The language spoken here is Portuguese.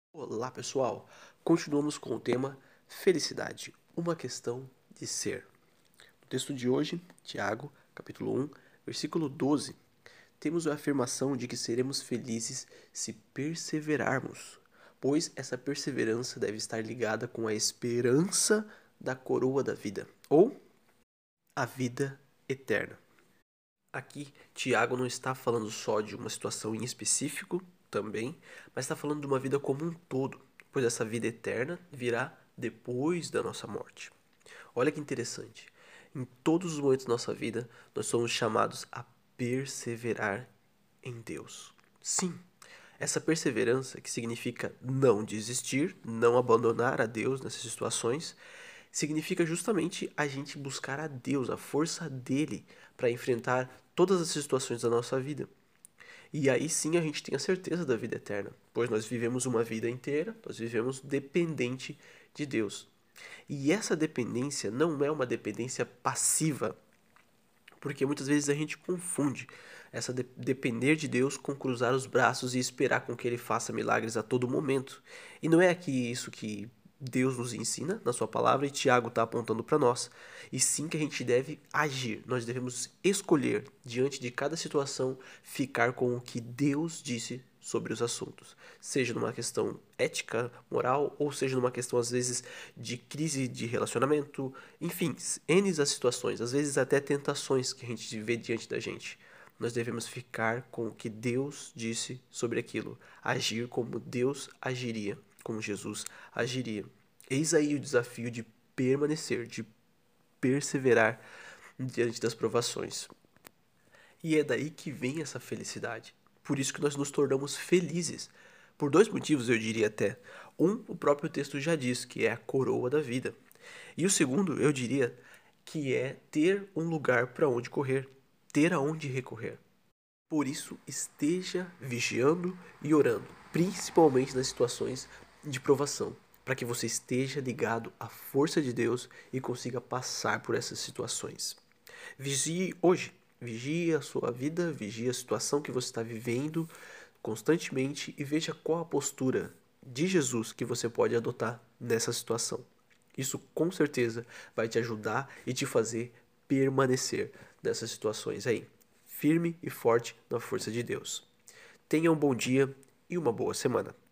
Olá pessoal, continuamos com o tema felicidade, uma questão de ser. No texto de hoje, Tiago, capítulo 1, versículo 12, temos a afirmação de que seremos felizes se perseverarmos, pois essa perseverança deve estar ligada com a esperança da coroa da vida, ou a vida eterna. Aqui, Tiago não está falando só de uma situação em específico, também, mas está falando de uma vida como um todo, pois essa vida eterna virá depois da nossa morte. Olha que interessante. Em todos os momentos da nossa vida, nós somos chamados a perseverar em Deus. Sim, essa perseverança, que significa não desistir, não abandonar a Deus nessas situações, significa justamente a gente buscar a Deus, a força dele, para enfrentar todas as situações da nossa vida. E aí sim a gente tem a certeza da vida eterna, pois nós vivemos uma vida inteira, nós vivemos dependente de Deus. E essa dependência não é uma dependência passiva, porque muitas vezes a gente confunde essa depender de Deus com cruzar os braços e esperar com que Ele faça milagres a todo momento. E não é aqui isso que Deus nos ensina na sua palavra e Tiago está apontando para nós. E sim que a gente deve agir. Nós devemos escolher, diante de cada situação, ficar com o que Deus disse sobre os assuntos. Seja numa questão ética, moral, ou seja numa questão, às vezes, de crise de relacionamento. Enfim, N as situações, às vezes até tentações que a gente vê diante da gente. Nós devemos ficar com o que Deus disse sobre aquilo. Agir como Deus agiria, como Jesus agiria. Eis aí o desafio de permanecer, de perseverar diante das provações. E é daí que vem essa felicidade. Por isso que nós nos tornamos felizes. Por dois motivos, eu diria até. Um, o próprio texto já diz, que é a coroa da vida. E o segundo, eu diria, que é ter um lugar para onde correr, ter aonde recorrer. Por isso, esteja vigiando e orando, principalmente nas situações de provação, para que você esteja ligado à força de Deus e consiga passar por essas situações. Vigie hoje, vigie a sua vida, vigie a situação que você está vivendo constantemente e veja qual a postura de Jesus que você pode adotar nessa situação. Isso com certeza vai te ajudar e te fazer permanecer nessas situações aí, firme e forte na força de Deus. Tenha um bom dia e uma boa semana.